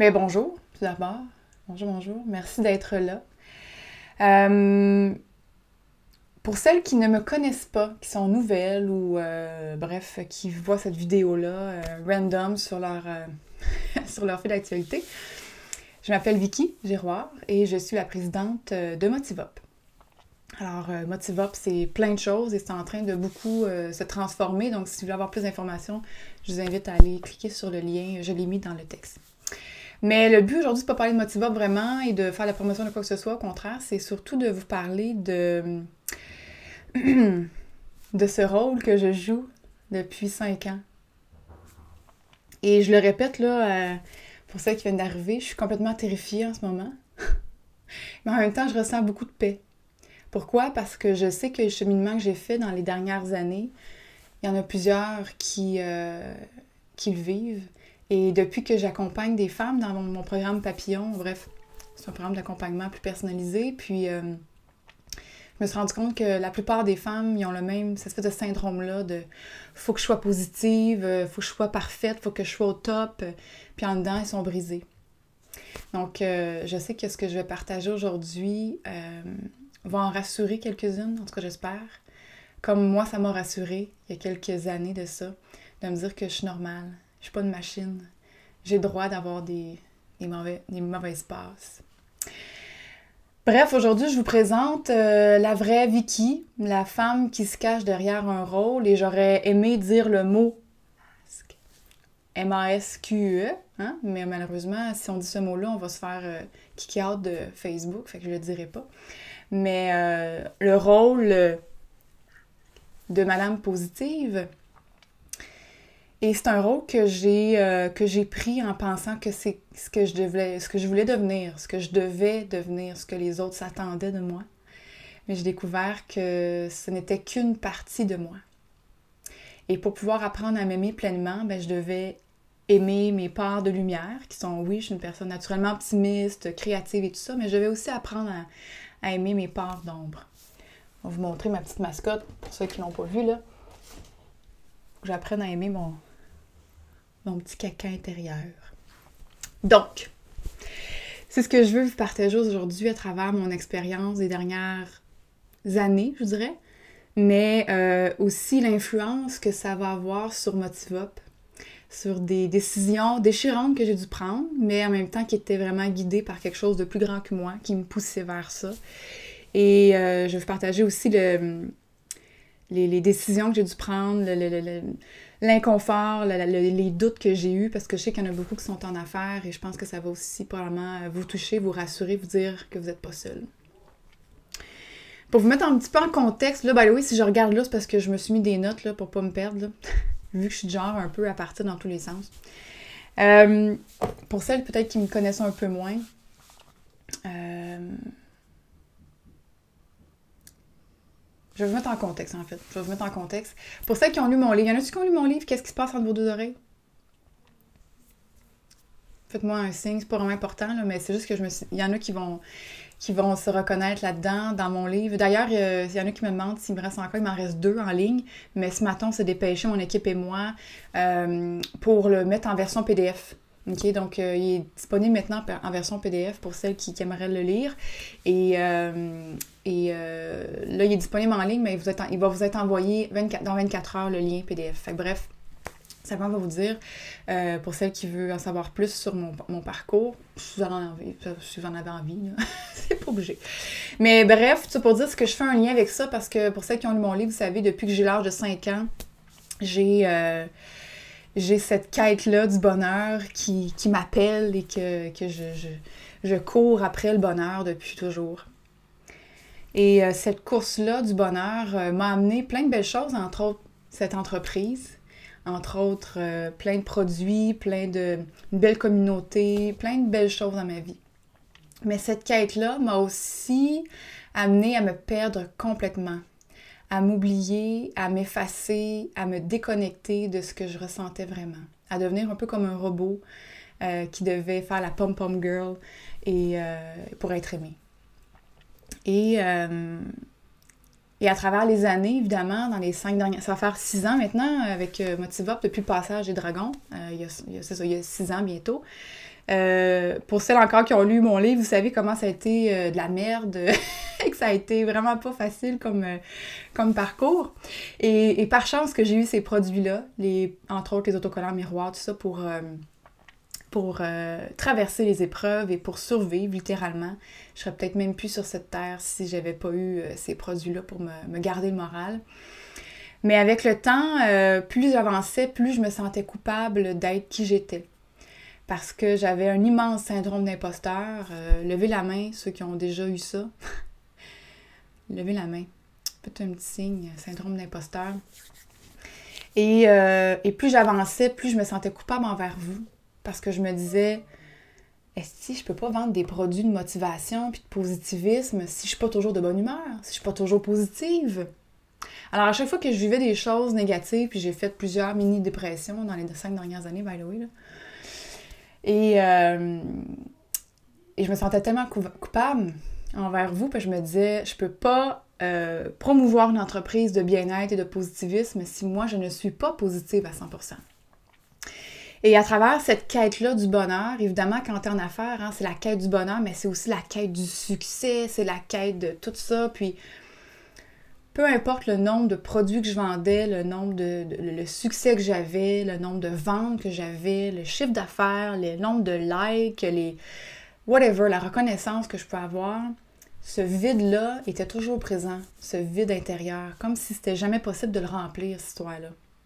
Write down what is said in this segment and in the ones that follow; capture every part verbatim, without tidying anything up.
Mais bonjour, tout d'abord. Bonjour, bonjour. Merci d'être là. Euh, pour celles qui ne me connaissent pas, qui sont nouvelles ou, euh, bref, qui voient cette vidéo-là euh, random sur leur, euh, sur leur fil d'actualité, je m'appelle Vicky Giroir et je suis la présidente de Motivop. Alors, euh, Motivop, c'est plein de choses et c'est en train de beaucoup euh, se transformer. Donc, si vous voulez avoir plus d'informations, je vous invite à aller cliquer sur le lien. Je l'ai mis dans le texte. Mais le but aujourd'hui, c'est pas parler de Motivop vraiment et de faire la promotion de quoi que ce soit. Au contraire, c'est surtout de vous parler de, de ce rôle que je joue depuis cinq ans. Et je le répète, là, euh, pour celles qui viennent d'arriver, je suis complètement terrifiée en ce moment. Mais en même temps, je ressens beaucoup de paix. Pourquoi? Parce que je sais que le cheminement que j'ai fait dans les dernières années, il y en a plusieurs qui, euh, qui le vivent. Et depuis que j'accompagne des femmes dans mon, mon programme Papillon, bref, c'est un programme d'accompagnement plus personnalisé, puis euh, je me suis rendu compte que la plupart des femmes, ils ont le même, cette espèce de syndrome-là de « faut que je sois positive, faut que je sois parfaite, faut que je sois au top », puis en dedans, ils sont brisés. Donc, euh, je sais que ce que je vais partager aujourd'hui euh, va en rassurer quelques-unes, en tout cas j'espère. Comme moi, ça m'a rassurée il y a quelques années de ça, de me dire que je suis normale. Je suis pas une machine. J'ai le droit d'avoir des, des, mauvais, des mauvaises passes. Bref, aujourd'hui, je vous présente euh, la vraie Vicky, la femme qui se cache derrière un rôle, et j'aurais aimé dire le mot M A S Q U E, hein? Mais malheureusement, si on dit ce mot-là, on va se faire euh, kick out de Facebook, fait que je le dirai pas. Mais euh, le rôle de Madame Positive, et c'est un rôle que j'ai euh, que j'ai pris en pensant que c'est ce que je devais, ce que je voulais devenir, ce que je devais devenir, ce que les autres s'attendaient de moi. Mais j'ai découvert que ce n'était qu'une partie de moi. Et pour pouvoir apprendre à m'aimer pleinement, ben, je devais aimer mes parts de lumière, qui sont, oui, je suis une personne naturellement optimiste, créative et tout ça, mais je devais aussi apprendre à, à aimer mes parts d'ombre. Je vais vous montrer ma petite mascotte, pour ceux qui ne l'ont pas vue, là. J'apprenne à aimer mon... mon petit caca intérieur. Donc, c'est ce que je veux vous partager aujourd'hui à travers mon expérience des dernières années, je dirais, mais euh, aussi l'influence que ça va avoir sur Motivop, sur des décisions déchirantes que j'ai dû prendre, mais en même temps qui étaient vraiment guidées par quelque chose de plus grand que moi, qui me poussait vers ça. Et euh, je vais vous partager aussi le... Les, les décisions que j'ai dû prendre, le, le, le, l'inconfort, le, le, les doutes que j'ai eus, parce que je sais qu'il y en a beaucoup qui sont en affaires et je pense que ça va aussi probablement vous toucher, vous rassurer, vous dire que vous n'êtes pas seul. Pour vous mettre un petit peu en contexte, là, ben oui, si je regarde là, c'est parce que je me suis mis des notes là, pour pas me perdre, là, vu que je suis du genre un peu à partir dans tous les sens. Euh, pour celles peut-être qui me connaissent un peu moins, euh, je vais vous mettre en contexte, en fait. Je vais vous mettre en contexte. Pour celles qui ont lu mon livre, y en a-tu qui ont lu mon livre? Qu'est-ce qui se passe entre vos deux oreilles? Faites-moi un signe, c'est pas vraiment important, là, mais c'est juste que je me suis... Il y en a qui vont, qui vont se reconnaître là-dedans, dans mon livre. D'ailleurs, il y en a qui me demandent s'il me reste encore, il m'en reste deux en ligne, mais ce matin, on s'est dépêché, mon équipe et moi, euh, pour le mettre en version P D F. OK, donc euh, il est disponible maintenant en version P D F pour celles qui, qui aimeraient le lire. Et, euh, et euh, là, il est disponible en ligne, mais vous êtes en, il va vous être envoyé vingt-quatre, dans vingt-quatre heures le lien P D F. Fait que bref, simplement va vous dire, euh, pour celles qui veulent en savoir plus sur mon, mon parcours, si vous en avez envie, si vous en avez envie, là, c'est pas obligé. Mais bref, tout ça pour dire ce que je fais un lien avec ça, parce que pour celles qui ont lu mon livre, vous savez, depuis que j'ai l'âge de cinq ans, j'ai... Euh, j'ai cette quête-là du bonheur qui, qui m'appelle et que, que je, je, je cours après le bonheur depuis toujours. Et euh, cette course-là du bonheur euh, m'a amené plein de belles choses, entre autres cette entreprise, entre autres euh, plein de produits, plein de une belle communauté, plein de belles choses dans ma vie. Mais cette quête-là m'a aussi amené à me perdre complètement, à m'oublier, à m'effacer, à me déconnecter de ce que je ressentais vraiment, à devenir un peu comme un robot euh, qui devait faire la pom-pom girl et, euh, pour être aimé. Et, euh, et à travers les années, évidemment, dans les cinq dernières... Ça va faire six ans maintenant avec euh, Motivop, depuis le passage des dragons, euh, il, y a, il, y a, c'est ça, il y a six ans bientôt. Euh, pour celles encore qui ont lu mon livre, vous savez comment ça a été euh, de la merde, et que ça a été vraiment pas facile comme, euh, comme parcours. Et, et par chance que j'ai eu ces produits-là, les, entre autres les autocollants miroirs, tout ça, pour, euh, pour euh, traverser les épreuves et pour survivre littéralement. Je serais peut-être même plus sur cette terre si j'avais pas eu euh, ces produits-là pour me, me garder le moral. Mais avec le temps, euh, plus j'avançais, plus je me sentais coupable d'être qui j'étais. Parce que j'avais un immense syndrome d'imposteur. Euh, levez la main, ceux qui ont déjà eu ça. Levez la main. Faites un petit signe, syndrome d'imposteur. Et, euh, et plus j'avançais, plus je me sentais coupable envers vous. Parce que je me disais, est-ce que je peux pas vendre des produits de motivation puis de positivisme si je suis pas toujours de bonne humeur, si je suis pas toujours positive? Alors, à chaque fois que je vivais des choses négatives, puis j'ai fait plusieurs mini-dépressions dans les cinq dernières années, by the way, là, Et, euh, et je me sentais tellement coupable envers vous, parce que je me disais, je peux pas euh, promouvoir une entreprise de bien-être et de positivisme si moi, je ne suis pas positive à cent pour cent. Et à travers cette quête-là du bonheur, évidemment, quand tu es en affaires, hein, c'est la quête du bonheur, mais c'est aussi la quête du succès, c'est la quête de tout ça, puis peu importe le nombre de produits que je vendais, le nombre de, de le succès que j'avais, le nombre de ventes que j'avais, le chiffre d'affaires, le nombre de likes, les whatever, la reconnaissance que je peux avoir, ce vide-là était toujours présent, ce vide intérieur, comme si c'était jamais possible de le remplir, cette histoire-là.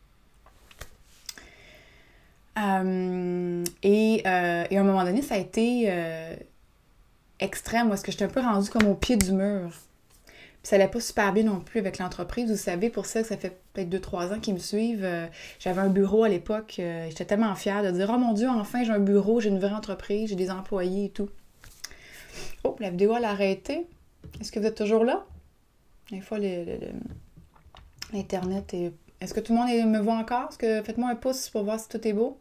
Euh, et, euh, et à un moment donné, ça a été euh, extrême, parce que j'étais un peu rendue comme au pied du mur. Puis ça allait pas super bien non plus avec l'entreprise. Vous savez, pour ça, que ça fait peut-être deux trois ans qu'ils me suivent. Euh, j'avais un bureau à l'époque. Euh, j'étais tellement fière de dire « Oh mon Dieu, enfin, j'ai un bureau, j'ai une vraie entreprise, j'ai des employés et tout. » Oh, la vidéo, elle a arrêté. Est-ce que vous êtes toujours là? Des fois, le, le, le, l'Internet est... Est-ce que tout le monde est, me voit encore? Est-ce que... Faites-moi un pouce pour voir si tout est beau.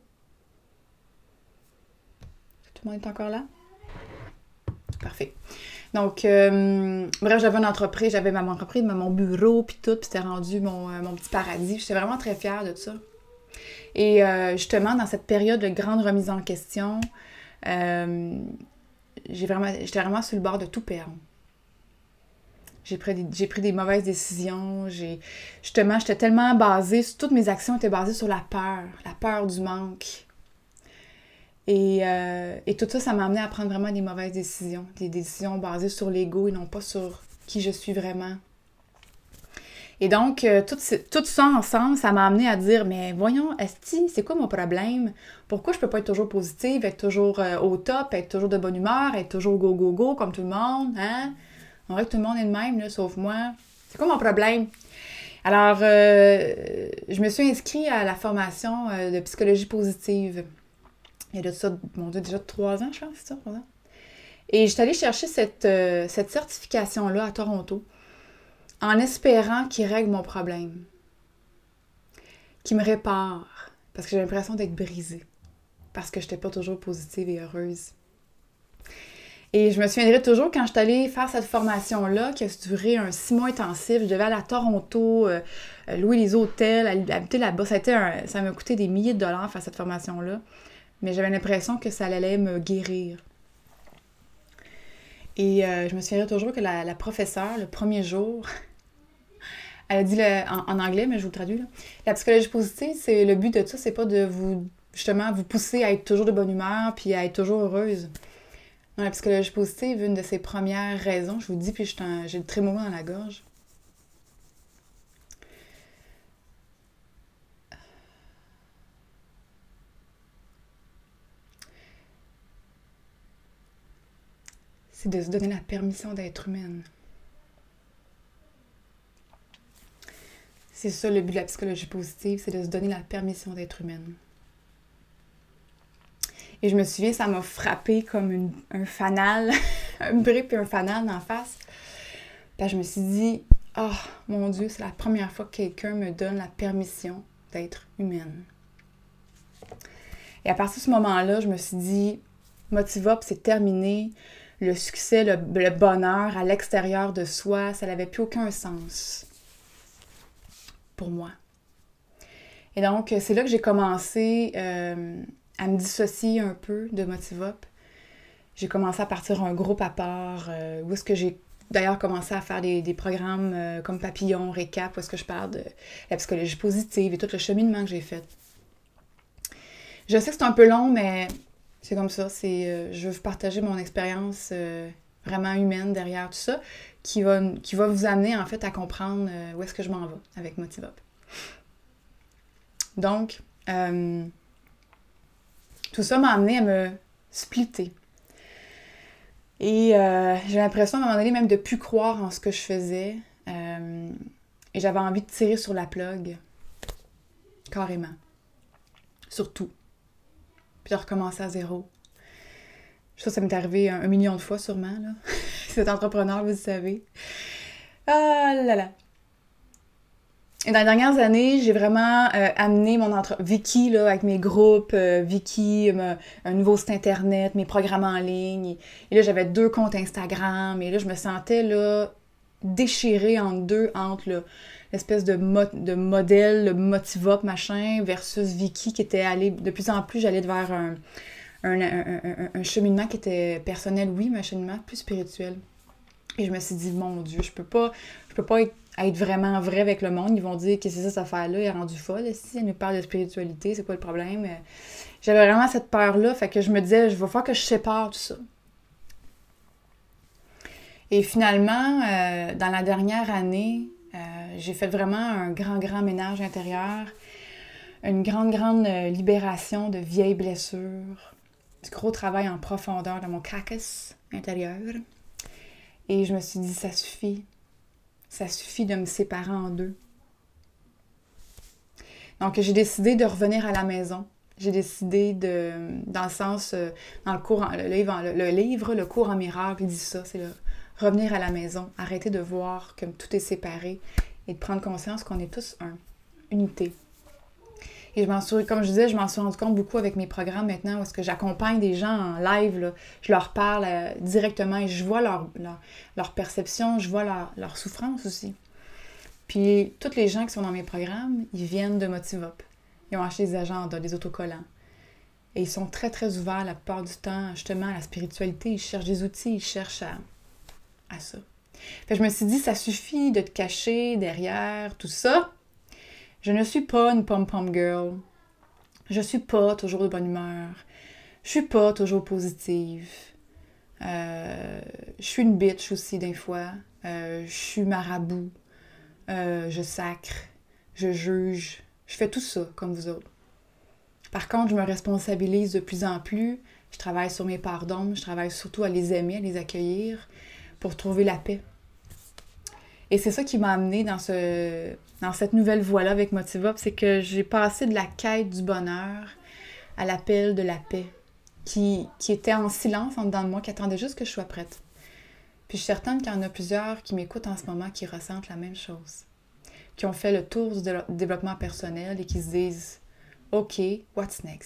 Tout le monde est encore là? Parfait. Donc, euh, bref, j'avais une entreprise, j'avais ma entreprise, mon bureau, puis tout, puis c'était rendu mon, euh, mon petit paradis. J'étais vraiment très fière de ça. Et euh, justement, dans cette période de grande remise en question, euh, j'ai vraiment, j'étais vraiment sur le bord de tout perdre. J'ai pris des, j'ai pris des mauvaises décisions. J'ai, justement, j'étais tellement basée, toutes mes actions étaient basées sur la peur, la peur du manque. Et, euh, et tout ça, ça m'a amené à prendre vraiment des mauvaises décisions. Des décisions basées sur l'ego et non pas sur qui je suis vraiment. Et donc, euh, tout, tout ça ensemble, ça m'a amené à dire, mais voyons, esti, c'est quoi mon problème? Pourquoi je peux pas être toujours positive, être toujours euh, au top, être toujours de bonne humeur, être toujours go, go, go, comme tout le monde, hein? On dirait que tout le monde est le même, là, sauf moi. C'est quoi mon problème? Alors, euh, je me suis inscrite à la formation euh, de psychologie positive. Il y a de ça, mon Dieu, déjà trois ans, je pense, c'est ça, trois ans. Et j'étais allée chercher cette, euh, cette certification-là à Toronto en espérant qu'il règle mon problème, qu'il me répare, parce que j'ai l'impression d'être brisée, parce que je n'étais pas toujours positive et heureuse. Et je me souviendrai toujours, quand je suis allée faire cette formation-là, qui a duré un six mois intensif, je devais aller à Toronto, euh, louer les hôtels, habiter là-bas. Ça a été un, ça m'a coûté des milliers de dollars faire cette formation-là. Mais j'avais l'impression que ça allait me guérir. Et euh, je me souviendrai toujours que la, la professeure, le premier jour, elle a dit le, en, en anglais, mais je vous le traduis, là. La psychologie positive, c'est le but de ça, c'est pas de vous, justement, vous pousser à être toujours de bonne humeur puis à être toujours heureuse. Dans la psychologie positive, une de ses premières raisons, je vous dis, puis j'ai le trémolo dans la gorge, c'est de se donner la permission d'être humaine. C'est ça le but de la psychologie positive, c'est de se donner la permission d'être humaine. Et je me souviens, ça m'a frappé comme une, un fanal, un brick et un fanal en face. Puis je me suis dit, oh mon Dieu, c'est la première fois que quelqu'un me donne la permission d'être humaine. Et à partir de ce moment-là, je me suis dit, Motivop, c'est terminé. Le succès, le, le bonheur à l'extérieur de soi, ça n'avait plus aucun sens pour moi. Et donc, c'est là que j'ai commencé euh, à me dissocier un peu de Motivop. J'ai commencé à partir un groupe à part, euh, où est-ce que j'ai d'ailleurs commencé à faire des, des programmes euh, comme Papillon, Récap, où est-ce que je parle de la psychologie positive et tout le cheminement que j'ai fait. Je sais que c'est un peu long, mais c'est comme ça. C'est, euh, je veux vous partager mon expérience euh, vraiment humaine derrière tout ça, qui va, qui va vous amener en fait à comprendre euh, où est-ce que je m'en vais avec Motivop. Donc, euh, tout ça m'a amené à me splitter. Et euh, j'ai l'impression à un moment donné même de plus croire en ce que je faisais. Euh, et j'avais envie de tirer sur la plug. Carrément. Sur tout. Puis de recommencer à zéro. Ça, ça m'est arrivé un, un million de fois sûrement, là. Cet entrepreneur, vous le savez. Ah là là. Et dans les dernières années, j'ai vraiment euh, amené mon entre... Vicky, là, avec mes groupes, euh, Vicky, me... un nouveau site internet, mes programmes en ligne. Et, et là, j'avais deux comptes Instagram. Et là, je me sentais, là, déchirée en deux entre, là, l'espèce de, mo... de modèle, le Motivop, machin, versus Vicky, qui était allée... De plus en plus, j'allais vers un, un, un, un, un cheminement qui était personnel, oui, mais un cheminement plus spirituel. Et je me suis dit, mon Dieu, je peux pas... Je peux pas être à être vraiment vrai avec le monde. Ils vont dire que c'est ça, cette affaire-là, elle est rendue folle. Si elle nous parle de spiritualité, c'est quoi le problème? J'avais vraiment cette peur-là, fait que je me disais, je vais falloir que je sépare tout ça. Et finalement, euh, dans la dernière année, euh, j'ai fait vraiment un grand, grand ménage intérieur, une grande, grande libération de vieilles blessures, du gros travail en profondeur dans mon caucus intérieur. Et je me suis dit, ça suffit. Ça suffit de me séparer en deux. Donc, j'ai décidé de revenir à la maison. J'ai décidé de, dans le sens, euh, dans le cours, le livre, le, le livre, le cours en miracle, il dit ça, c'est le revenir à la maison, arrêter de voir que tout est séparé et de prendre conscience qu'on est tous un, unité. Et je m'en suis, comme je disais, je m'en suis rendu compte beaucoup avec mes programmes maintenant, où est-ce que j'accompagne des gens en live, là, je leur parle euh, directement et je vois leur, leur, leur perception, je vois leur, leur souffrance aussi. Puis, tous les gens qui sont dans mes programmes, ils viennent de Motivop. Ils ont acheté des agendas, des autocollants. Et ils sont très, très ouverts la plupart du temps, justement, à la spiritualité. Ils cherchent des outils, ils cherchent à, à ça. Fait que je me suis dit, ça suffit de te cacher derrière tout ça. Je ne suis pas une pom-pom girl. Je suis pas toujours de bonne humeur. Je suis pas toujours positive. Euh, je suis une bitch aussi des fois. Euh, je suis marabout. Euh, je sacre. Je juge. Je fais tout ça comme vous autres. Par contre, je me responsabilise de plus en plus. Je travaille sur mes parts d'ombre. Je travaille surtout à les aimer, à les accueillir pour trouver la paix. Et c'est ça qui m'a amenée dans, ce, dans cette nouvelle voie-là avec Motivop, c'est que j'ai passé de la quête du bonheur à l'appel de la paix, qui, qui était en silence en dedans de moi, qui attendait juste que je sois prête. Puis je suis certaine qu'il y en a plusieurs qui m'écoutent en ce moment qui ressentent la même chose, qui ont fait le tour du dé- développement personnel et qui se disent « OK, what's next? »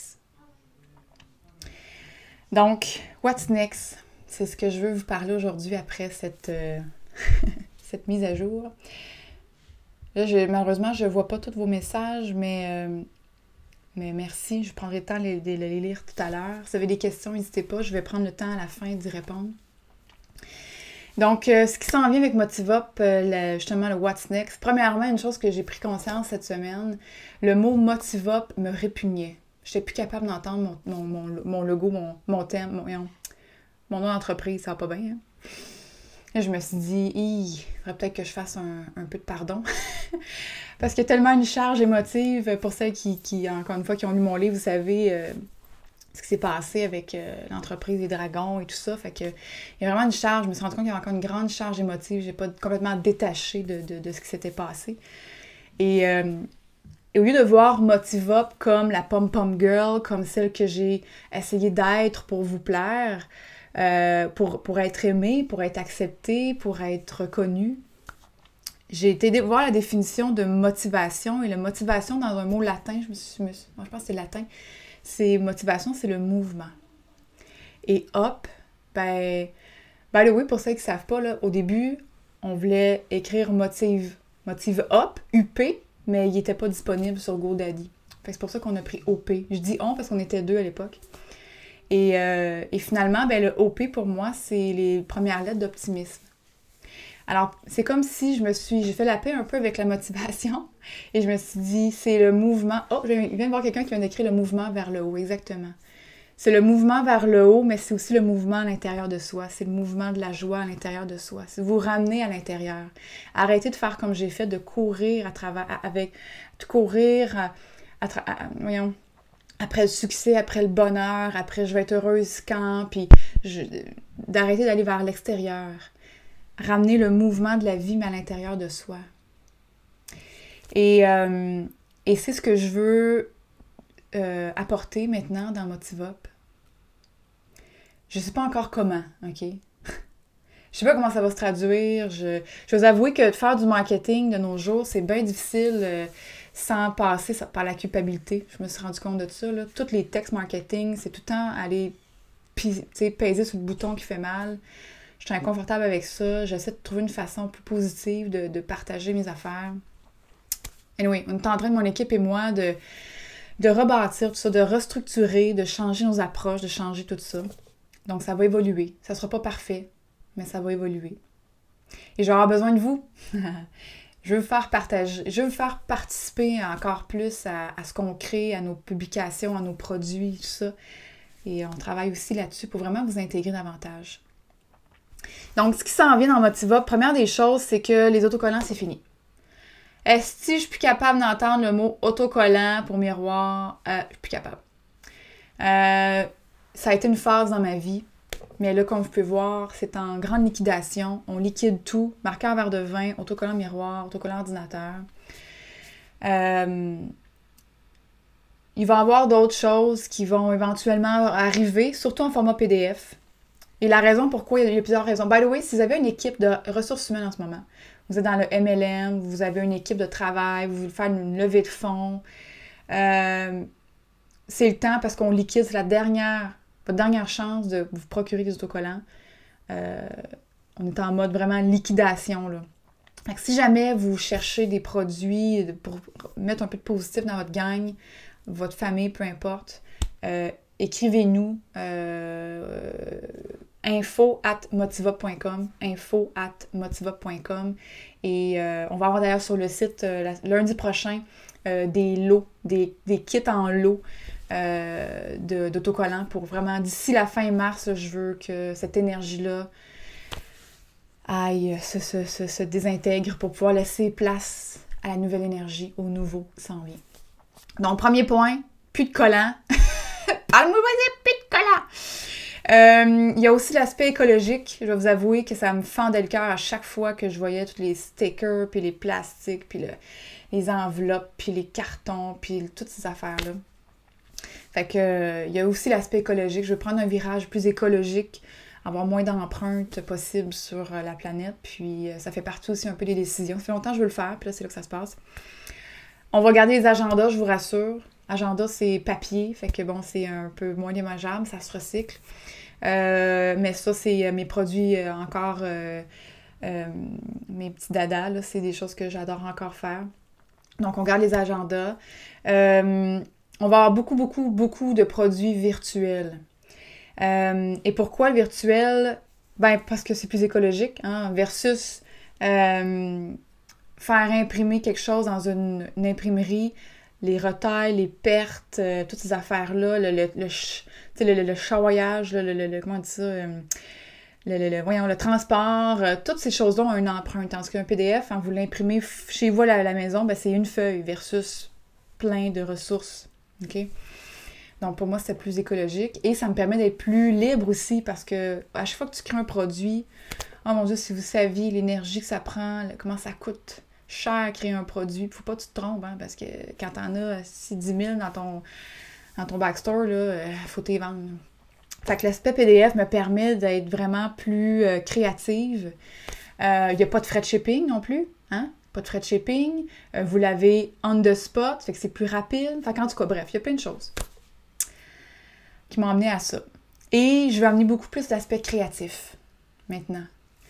Donc, what's next? C'est ce que je veux vous parler aujourd'hui après cette... Euh... cette mise à jour. Là, je, malheureusement, je ne vois pas tous vos messages, mais, euh, mais merci. Je prendrai le temps de les, de les lire tout à l'heure. Si vous avez des questions, n'hésitez pas. Je vais prendre le temps à la fin d'y répondre. Donc, euh, ce qui s'en vient avec Motivop, euh, le, justement le What's Next. Premièrement, une chose que j'ai pris conscience cette semaine, le mot Motivop me répugnait. Je n'étais plus capable d'entendre mon, mon, mon, mon logo, mon, mon thème, mon, mon nom d'entreprise. Ça va pas bien, hein? Là, je me suis dit, il faudrait peut-être que je fasse un, un peu de pardon. Parce qu'il y a tellement une charge émotive pour celles qui, qui, encore une fois, qui ont lu mon livre, vous savez euh, ce qui s'est passé avec euh, l'entreprise des dragons et tout ça. Fait que il y a vraiment une charge. Je me suis rendu compte qu'il y avait encore une grande charge émotive. J'ai pas complètement détaché de, de, de ce qui s'était passé. Et, euh, et au lieu de voir Motivop comme la pom-pom girl, comme celle que j'ai essayé d'être pour vous plaire, Euh, pour, pour être aimée, pour être acceptée, pour être reconnue. J'ai été voir la définition de motivation, et la motivation dans un mot latin, je me suis, je pense que c'est latin, c'est motivation, c'est le mouvement. Et hop, ben, ben oui, pour ceux qui ne savent pas, là, au début, on voulait écrire motive, motive up, U P, mais il n'était pas disponible sur GoDaddy. Fait que c'est pour ça qu'on a pris O P. Je dis on parce qu'on était deux à l'époque. Et, euh, et finalement, ben, le O P pour moi, c'est les premières lettres d'optimisme. Alors, c'est comme si je me suis... J'ai fait la paix un peu avec la motivation et je me suis dit, c'est le mouvement... Oh, je viens de voir quelqu'un qui vient d'écrire le mouvement vers le haut, exactement. C'est le mouvement vers le haut, mais c'est aussi le mouvement à l'intérieur de soi. C'est le mouvement de la joie à l'intérieur de soi. C'est vous ramener à l'intérieur. Arrêtez de faire comme j'ai fait, de courir à travers... avec... de courir à, à, à, à, voyons, après le succès, après le bonheur, après je vais être heureuse quand, puis je, d'arrêter d'aller vers l'extérieur. Ramener le mouvement de la vie, mais à l'intérieur de soi. Et, euh, et c'est ce que je veux euh, apporter maintenant dans Motivop. Je ne sais pas encore comment, OK? Je sais pas comment ça va se traduire. Je, je vais vous avouer que faire du marketing de nos jours, c'est bien difficile euh, sans passer par la culpabilité. Je me suis rendu compte de ça. Là. Tous les textes marketing, c'est tout le temps aller peser sur le bouton qui fait mal. Je suis inconfortable avec ça. J'essaie de trouver une façon plus positive de, de partager mes affaires. Anyway, on est en train, mon équipe et moi, de, de rebâtir tout ça, de restructurer, de changer nos approches, de changer tout ça. Donc, ça va évoluer. Ça sera pas parfait, mais ça va évoluer. Et je vais avoir besoin de vous. Je veux vous faire partager, je veux vous faire participer encore plus à, à ce qu'on crée, à nos publications, à nos produits, tout ça. Et on travaille aussi là-dessus pour vraiment vous intégrer davantage. Donc, ce qui s'en vient dans Motivop, première des choses, c'est que les autocollants, c'est fini. Est-ce que je suis plus capable d'entendre le mot autocollant pour miroir? Euh, je suis plus capable. Euh, ça a été une phase dans ma vie. Mais là, comme vous pouvez voir, c'est en grande liquidation. On liquide tout. Marqueur verre de vin, autocollant miroir, autocollant ordinateur. Euh, il va y avoir d'autres choses qui vont éventuellement arriver, surtout en format P D F. Et la raison pourquoi, il y a plusieurs raisons. By the way, si vous avez une équipe de ressources humaines en ce moment, vous êtes dans le M L M, vous avez une équipe de travail, vous voulez faire une levée de fonds, euh, c'est le temps parce qu'on liquide, c'est la dernière, votre dernière chance de vous procurer des autocollants. Euh, on est en mode vraiment liquidation, là. Fait que si jamais vous cherchez des produits pour mettre un peu de positif dans votre gang, votre famille, peu importe, euh, écrivez-nous euh, info at motivop point com info at motivop point com et euh, on va avoir d'ailleurs sur le site euh, la, lundi prochain euh, des lots, des, des kits en lots euh, de, d'autocollants pour vraiment, d'ici la fin mars, je veux que cette énergie-là aille se, se, se, se désintègre pour pouvoir laisser place à la nouvelle énergie, au nouveau qui s'en vient. Donc, premier point, plus de collants. Parle-moi, vas-y, plus de collants! Euh, il y a aussi l'aspect écologique. Je vais vous avouer que ça me fendait le cœur à chaque fois que je voyais tous les stickers, puis les plastiques, puis le, les enveloppes, puis les cartons, puis toutes ces affaires-là. Fait que euh, il y a aussi l'aspect écologique. Je veux prendre un virage plus écologique, avoir moins d'empreintes possibles sur euh, la planète, puis euh, ça fait partie aussi un peu des décisions. Ça fait longtemps que je veux le faire, puis là, c'est là que ça se passe. On va garder les agendas, je vous rassure. Agenda, c'est papier, fait que bon, c'est un peu moins dommageable, ça se recycle. Euh, mais ça, c'est mes produits euh, encore, euh, euh, mes petits dadas, là, c'est des choses que j'adore encore faire. Donc, on garde les agendas. Euh, on va avoir beaucoup, beaucoup, beaucoup de produits virtuels. Euh, et pourquoi le virtuel? Ben, parce que c'est plus écologique, hein, versus euh, faire imprimer quelque chose dans une, une imprimerie, les retailles, les pertes, euh, toutes ces affaires-là, le, le, le, ch- le, le, le charoyage, le, le, le, comment on dit ça, euh, le, le, le, voyons, le transport, euh, toutes ces choses-là ont une empreinte. Tandis qu'un P D F, quand vous l'imprimez f- chez vous à la, la maison, ben, c'est une feuille versus plein de ressources. OK? Donc, pour moi, c'est plus écologique. Et ça me permet d'être plus libre aussi parce que à chaque fois que tu crées un produit, oh mon Dieu, si vous saviez l'énergie que ça prend, comment ça coûte cher à créer un produit. Il faut pas que tu te trompes, hein, parce que quand t'en as six dix mille dans ton, dans ton backstore, il euh, faut t'y vendre. Fait que l'aspect P D F me permet d'être vraiment plus euh, créative. Il euh, n'y a pas de frais de shipping non plus, hein? Pas de frais de shipping. Euh, vous l'avez on the spot, fait que c'est plus rapide. Fait qu'en tout cas, bref, il y a plein de choses qui m'ont amené à ça. Et je vais amener beaucoup plus d'aspect créatif maintenant.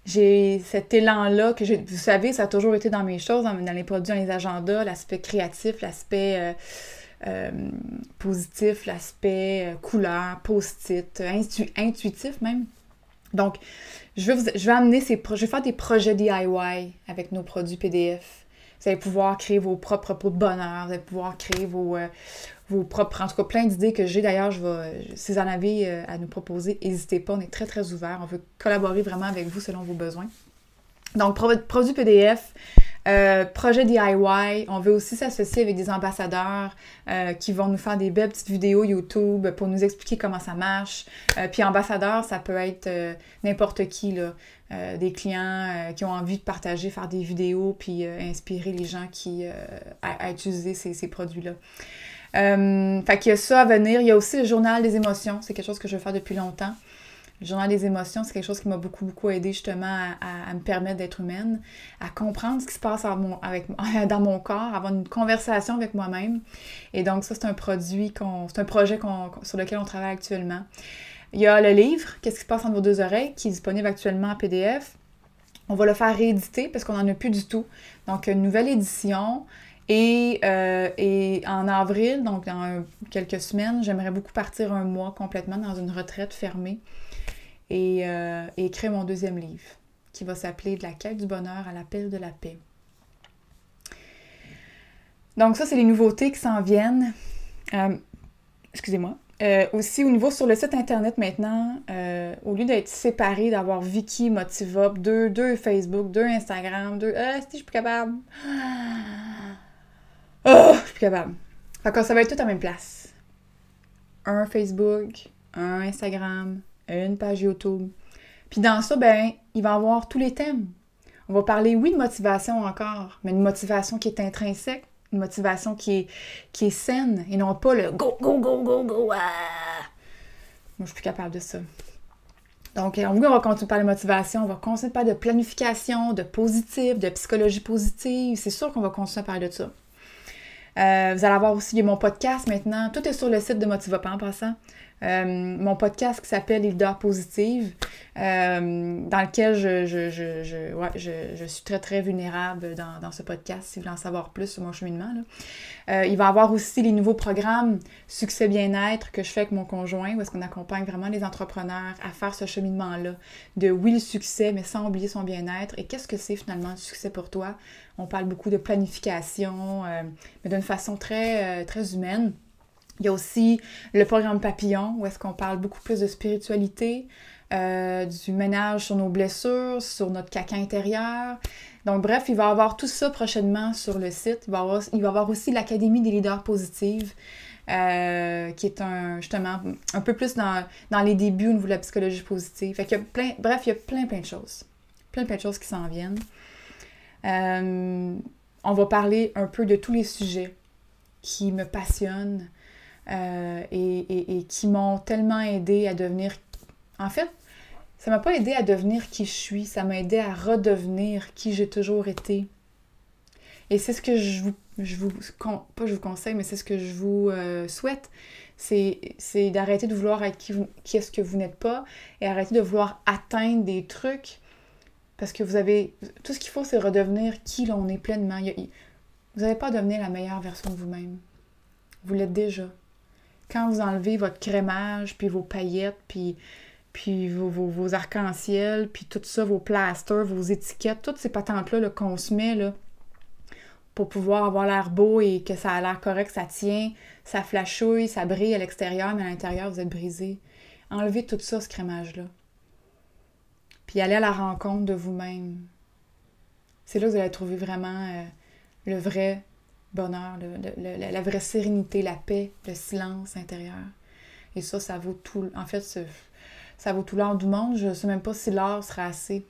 j'ai cet élan-là que j'ai, vous savez, ça a toujours été dans mes choses, dans, dans les produits, dans les agendas, l'aspect créatif, l'aspect euh, euh, positif, l'aspect euh, couleur, post-it, intu- intuitif même. Donc, je vais, vous, je vais amener ces pro- je vais faire des projets D I Y avec nos produits P D F. Vous allez pouvoir créer vos propres pots de bonheur, vous allez pouvoir créer vos, euh, vos propres, en tout cas plein d'idées que j'ai. D'ailleurs, je vais, si vous en avez euh, à nous proposer, n'hésitez pas, on est très très ouvert. On veut collaborer vraiment avec vous selon vos besoins. Donc, pro- produits P D F, euh, projet D I Y, on veut aussi s'associer avec des ambassadeurs euh, qui vont nous faire des belles petites vidéos YouTube pour nous expliquer comment ça marche. Euh, puis ambassadeur, ça peut être euh, n'importe qui, là. Euh, des clients euh, qui ont envie de partager, faire des vidéos, puis euh, inspirer les gens qui, euh, à, à utiliser ces, ces produits-là. Euh, fait qu'il y a ça à venir. Il y a aussi le journal des émotions. C'est quelque chose que je veux faire depuis longtemps. Le journal des émotions, c'est quelque chose qui m'a beaucoup, beaucoup aidé justement à, à, à me permettre d'être humaine, à comprendre ce qui se passe avec mon, avec, dans mon corps, avoir une conversation avec moi-même. Et donc ça, c'est un produit, qu'on, c'est un projet qu'on, sur lequel on travaille actuellement. Il y a le livre, Qu'est-ce qui se passe entre vos deux oreilles, qui est disponible actuellement en P D F. On va le faire rééditer parce qu'on n'en a plus du tout. Donc, une nouvelle édition. Et, euh, et en avril, donc dans un, quelques semaines, j'aimerais beaucoup partir un mois complètement dans une retraite fermée et, euh, et écrire mon deuxième livre, qui va s'appeler « De la quête du bonheur à l'appel de la paix ». Donc ça, c'est les nouveautés qui s'en viennent. Euh, excusez-moi. Euh, aussi, au niveau sur le site internet maintenant, euh, au lieu d'être séparé, d'avoir Viki, Motivop, deux, deux Facebook, deux Instagram, deux... Ah, si, je suis plus capable. Oh, je suis plus capable. Fait que ça va être tout à la même place. Un Facebook, un Instagram, une page YouTube. Puis dans ça, ben, il va y avoir tous les thèmes. On va parler, oui, de motivation encore, mais une motivation qui est intrinsèque, une motivation qui est, qui est saine, et non pas le go, go, go, go, go, ah! Moi, je suis plus capable de ça. Donc, en gros, on va continuer par la motivation, on va continuer par de planification, de positif, de psychologie positive. C'est sûr qu'on va continuer à parler de ça. Euh, vous allez avoir aussi mon podcast maintenant. Tout est sur le site de Motivop en passant. Euh, mon podcast qui s'appelle Leader Positive, euh, dans lequel je, je, je, je, ouais, je, je suis très, très vulnérable dans, dans ce podcast, si vous voulez en savoir plus sur mon cheminement, là. Euh, il va y avoir aussi les nouveaux programmes Succès Bien-être que je fais avec mon conjoint, où est-ce qu'on accompagne vraiment les entrepreneurs à faire ce cheminement-là de oui, le succès, mais sans oublier son bien-être. Et qu'est-ce que c'est finalement le succès pour toi? On parle beaucoup de planification, euh, mais d'une façon très, euh, très humaine. Il y a aussi le programme Papillon, où est-ce qu'on parle beaucoup plus de spiritualité, euh, du ménage sur nos blessures, sur notre caca intérieur. Donc bref, il va y avoir tout ça prochainement sur le site. Il va y avoir, il va y avoir aussi l'Académie des leaders positifs, euh, qui est un justement un peu plus dans, dans les débuts au niveau de la psychologie positive. Fait qu'il y a plein, bref, il y a plein, plein de choses. Plein, plein de choses qui s'en viennent. Euh, on va parler un peu de tous les sujets qui me passionnent. Euh, et, et, et qui m'ont tellement aidé à devenir... En fait, ça m'a pas aidé à devenir qui je suis, ça m'a aidé à redevenir qui j'ai toujours été. Et c'est ce que je vous... Je vous pas je vous conseille, mais c'est ce que je vous euh, souhaite. C'est, c'est d'arrêter de vouloir être qui, vous, qui est-ce que vous n'êtes pas et arrêter de vouloir atteindre des trucs parce que vous avez... Tout ce qu'il faut, c'est redevenir qui l'on est pleinement. Vous n'avez pas à devenir la meilleure version de vous-même. Vous l'êtes déjà. Quand vous enlevez votre crémage, puis vos paillettes, puis, puis vos, vos, vos arcs-en-ciel, puis tout ça, vos plasters, vos étiquettes, toutes ces patentes-là là, qu'on se met là, pour pouvoir avoir l'air beau et que ça a l'air correct, ça tient, ça flashouille, ça brille à l'extérieur, mais à l'intérieur, vous êtes brisé. Enlevez tout ça, ce crémage-là. Puis allez à la rencontre de vous-même. C'est là que vous allez trouver vraiment euh, le vrai bonheur, le, le, le, la vraie sérénité, la paix, le silence intérieur. Et ça, ça vaut tout... En fait, ça vaut tout l'or du monde. Je ne sais même pas si l'or sera assez.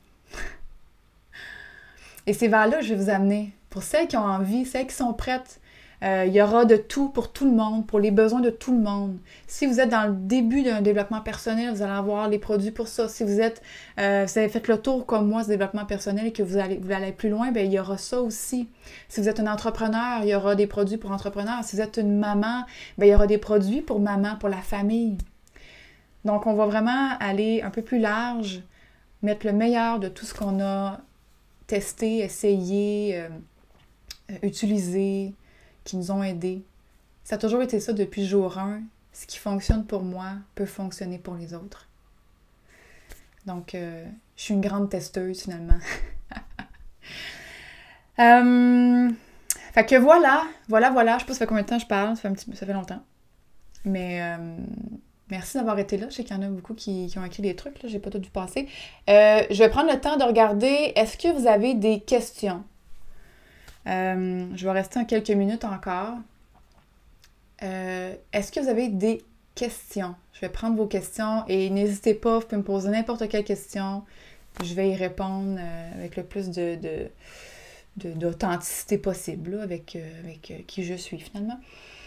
Et c'est vers là que je vais vous amener. Pour celles qui ont envie, celles qui sont prêtes, euh, il y aura de tout pour tout le monde, pour les besoins de tout le monde. Si vous êtes dans le début d'un développement personnel, vous allez avoir les produits pour ça. Si vous êtes, euh, vous avez fait le tour comme moi, ce développement personnel, et que vous allez, vous allez plus loin, bien, il y aura ça aussi. Si vous êtes un entrepreneur, il y aura des produits pour entrepreneurs. Si vous êtes une maman, bien, il y aura des produits pour maman, pour la famille. Donc, on va vraiment aller un peu plus large, mettre le meilleur de tout ce qu'on a testé, essayé, euh, euh, utilisé, qui nous ont aidés. Ça a toujours été ça depuis jour un. Ce qui fonctionne pour moi peut fonctionner pour les autres. Donc, euh, je suis une grande testeuse, finalement. euh, fait que voilà, voilà, voilà. Je sais pas ça fait combien de temps je parle. Ça fait, un petit, ça fait longtemps. Mais euh, merci d'avoir été là. Je sais qu'il y en a beaucoup qui, qui ont écrit des trucs. Là. J'ai pas tout vu passer. Euh, je vais prendre le temps de regarder. Est-ce que vous avez des questions? Euh, je vais rester en quelques minutes encore. Euh, est-ce que vous avez des questions? Je vais prendre vos questions et n'hésitez pas, vous pouvez me poser n'importe quelle question. Je vais y répondre euh, avec le plus de, de, de, d'authenticité possible, là, avec, euh, avec euh, qui je suis finalement.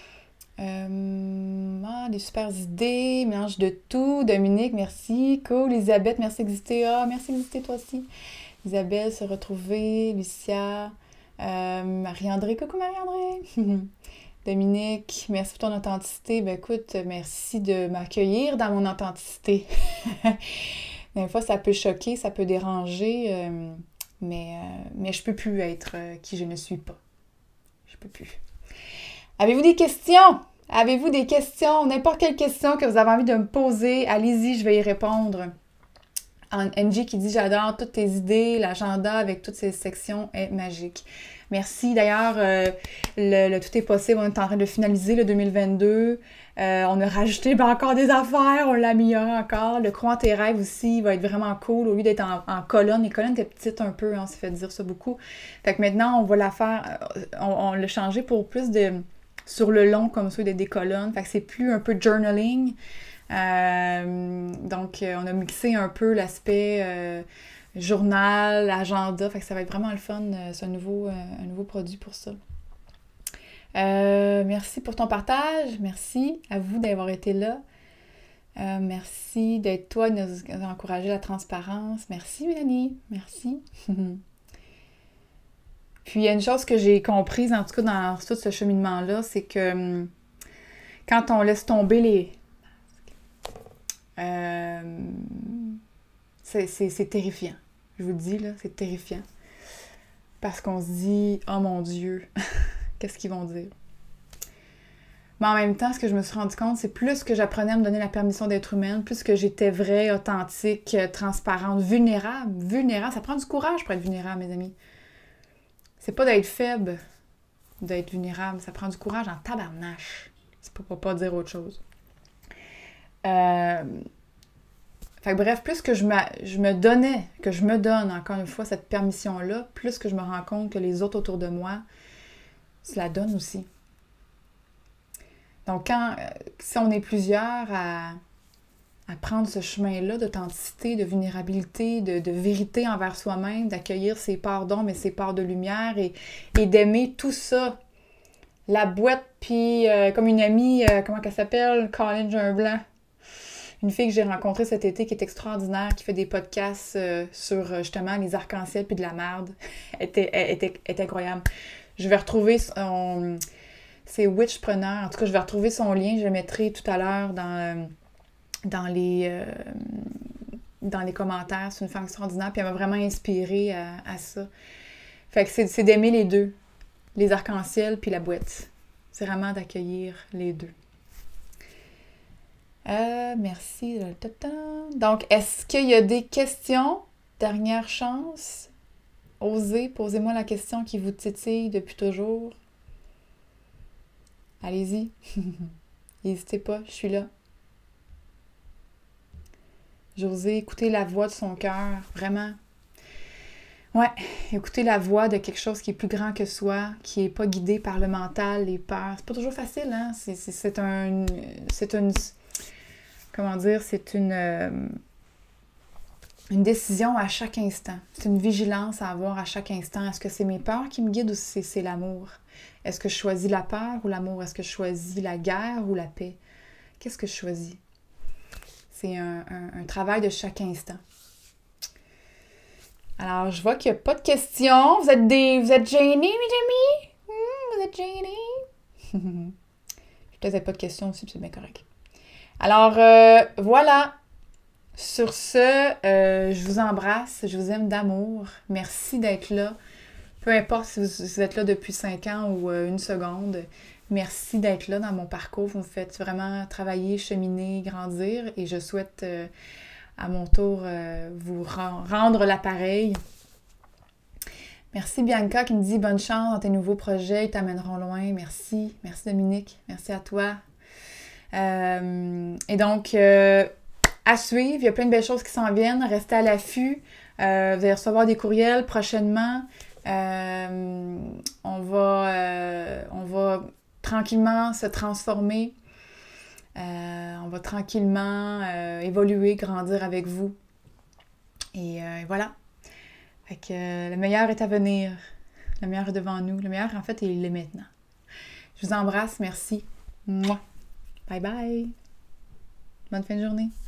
Euh, ah, des super idées, mélange de tout. Dominique, merci. Cool. Elisabeth, merci d'exister. Ah, merci d'exister toi aussi. Isabelle, se retrouver. Lucia. Euh, Marie-André, coucou Marie-André. Dominique, merci pour ton authenticité. Ben écoute, merci de m'accueillir dans mon authenticité. Des fois, ça peut choquer, ça peut déranger, euh, mais, euh, mais je peux plus être euh, qui je ne suis pas. Je peux plus. Avez-vous des questions? Avez-vous des questions? N'importe quelle question que vous avez envie de me poser, allez-y, je vais y répondre. Angie qui dit « J'adore toutes tes idées, l'agenda avec toutes ces sections est magique. » Merci. D'ailleurs, euh, le, le Tout est possible, on est en train de finaliser le deux mille vingt-deux. Euh, on a rajouté ben, encore des affaires, on l'a amélioré encore. Le Crois en tes rêves aussi va être vraiment cool au lieu d'être en, en colonne. Les colonnes étaient petites un peu, hein, on s'est fait dire ça beaucoup. Fait que maintenant, on va la faire, on, on l'a changé pour plus de sur le long, comme ça, d'être des colonnes. Fait que c'est plus un peu journaling. Euh, donc, on a mixé un peu l'aspect euh, journal, agenda. Fait que ça va être vraiment le fun, ce nouveau, euh, un nouveau produit pour ça. Euh, merci pour ton partage. Merci à vous d'avoir été là. Euh, merci d'être toi, de nous encourager la transparence. Merci, Mélanie. Merci. Puis, il y a une chose que j'ai comprise, en tout cas dans tout ce cheminement-là, c'est que hum, quand on laisse tomber les... Euh, c'est, c'est, c'est terrifiant. Je vous le dis, là, c'est terrifiant. Parce qu'on se dit, oh mon Dieu, qu'est-ce qu'ils vont dire? Mais en même temps, ce que je me suis rendu compte, c'est plus que j'apprenais à me donner la permission d'être humaine, plus que j'étais vraie, authentique, transparente, vulnérable. Vulnérable, ça prend du courage pour être vulnérable, mes amis. C'est pas d'être faible, d'être vulnérable. Ça prend du courage en tabarnache. C'est pour, pour pas dire autre chose. Euh... Fait que bref, plus que je me, je me donnais, que je me donne encore une fois cette permission-là, plus que je me rends compte que les autres autour de moi se la donnent aussi. Donc, quand, si on est plusieurs à, à prendre ce chemin-là d'authenticité, de vulnérabilité, de, de vérité envers soi-même, d'accueillir ses parts d'ombre et ses parts de lumière et, et d'aimer tout ça, la boîte, puis euh, comme une amie, euh, comment elle s'appelle? Colin Jean-Blanc. Une fille que j'ai rencontrée cet été qui est extraordinaire, qui fait des podcasts euh, sur justement les arcs-en-ciel puis de la merde. Elle était, elle était, elle était incroyable. Je vais retrouver son... C'est Witchpreneur. En tout cas, je vais retrouver son lien. Je le mettrai tout à l'heure dans, dans, les, euh, dans les commentaires. C'est une femme extraordinaire. Puis elle m'a vraiment inspirée à, à ça. Fait que c'est, c'est d'aimer les deux. Les arcs-en-ciel puis la boîte. C'est vraiment d'accueillir les deux. Euh, merci. Donc, est-ce qu'il y a des questions? Dernière chance. Osez, posez-moi la question qui vous titille depuis toujours. Allez-y. N'hésitez pas, je suis là. J'osais écouter la voix de son cœur, vraiment. Ouais, écouter la voix de quelque chose qui est plus grand que soi, qui n'est pas guidé par le mental, les peurs. C'est pas toujours facile, hein? C'est, c'est, c'est un... C'est une... Comment dire? C'est une... Euh, une décision à chaque instant. C'est une vigilance à avoir à chaque instant. Est-ce que c'est mes peurs qui me guident ou c'est, c'est l'amour? Est-ce que je choisis la peur ou l'amour? Est-ce que je choisis la guerre ou la paix? Qu'est-ce que je choisis? C'est un, un, un travail de chaque instant. Alors, je vois qu'il n'y a pas de questions. Vous êtes des... Vous êtes gênés, mes amis? Mmh, vous êtes gênés? Peut-être pas de questions aussi, puis c'est bien correct. Alors, euh, voilà. Sur ce, euh, je vous embrasse, je vous aime d'amour. Merci d'être là. Peu importe si vous, vous êtes là depuis cinq ans ou euh, une seconde, merci d'être là dans mon parcours. Vous me faites vraiment travailler, cheminer, grandir et je souhaite euh, à mon tour euh, vous ren- rendre l'appareil. Merci Bianca qui me dit bonne chance dans tes nouveaux projets, ils t'amèneront loin. Merci. Merci Dominique. Merci à toi. Euh, et donc, euh, à suivre, il y a plein de belles choses qui s'en viennent. Restez à l'affût. Euh, vous allez recevoir des courriels prochainement. Euh, on va, euh, on va tranquillement se transformer. Euh, on va tranquillement euh, évoluer, grandir avec vous. Et euh, voilà. Fait que euh, le meilleur est à venir. Le meilleur est devant nous. Le meilleur, en fait, il est maintenant. Je vous embrasse. Merci. Mouah. Bye bye. Bonne fin de journée.